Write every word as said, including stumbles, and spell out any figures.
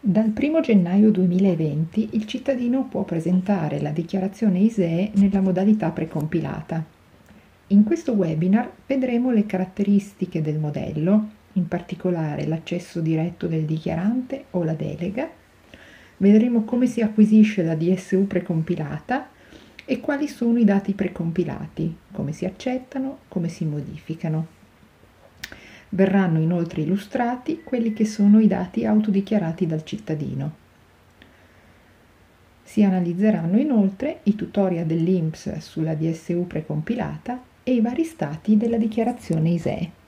Dal primo gennaio duemilaventi il cittadino può presentare la dichiarazione I S E E nella modalità precompilata. In questo webinar vedremo le caratteristiche del modello, in particolare l'accesso diretto del dichiarante o la delega, vedremo come si acquisisce la D S U precompilata e quali sono i dati precompilati, come si accettano, come si modificano. Verranno inoltre illustrati quelli che sono i dati autodichiarati dal cittadino. Si analizzeranno inoltre i tutorial dell'I N P S sulla D S U precompilata e i vari stati della dichiarazione I S E E.